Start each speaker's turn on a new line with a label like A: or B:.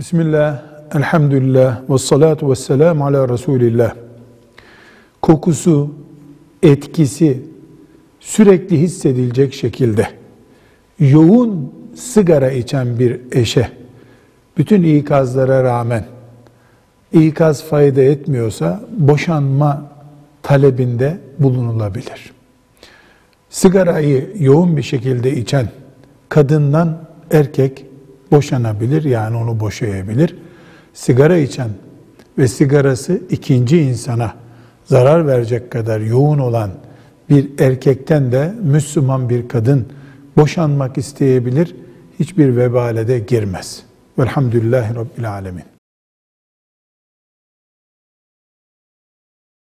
A: Bismillah, elhamdülillah, ve salatu ve selamu ala Resulillah. Kokusu, etkisi sürekli hissedilecek şekilde yoğun sigara içen bir eşe, bütün ikazlara rağmen ikaz fayda etmiyorsa boşanma talebinde bulunulabilir. Sigarayı yoğun bir şekilde içen kadından erkek boşanabilir, yani onu boşayabilir. Sigara içen ve sigarası ikinci insana zarar verecek kadar yoğun olan bir erkekten de Müslüman bir kadın boşanmak isteyebilir. Hiçbir vebale de girmez. Velhamdülillahi Rabbil Alemin.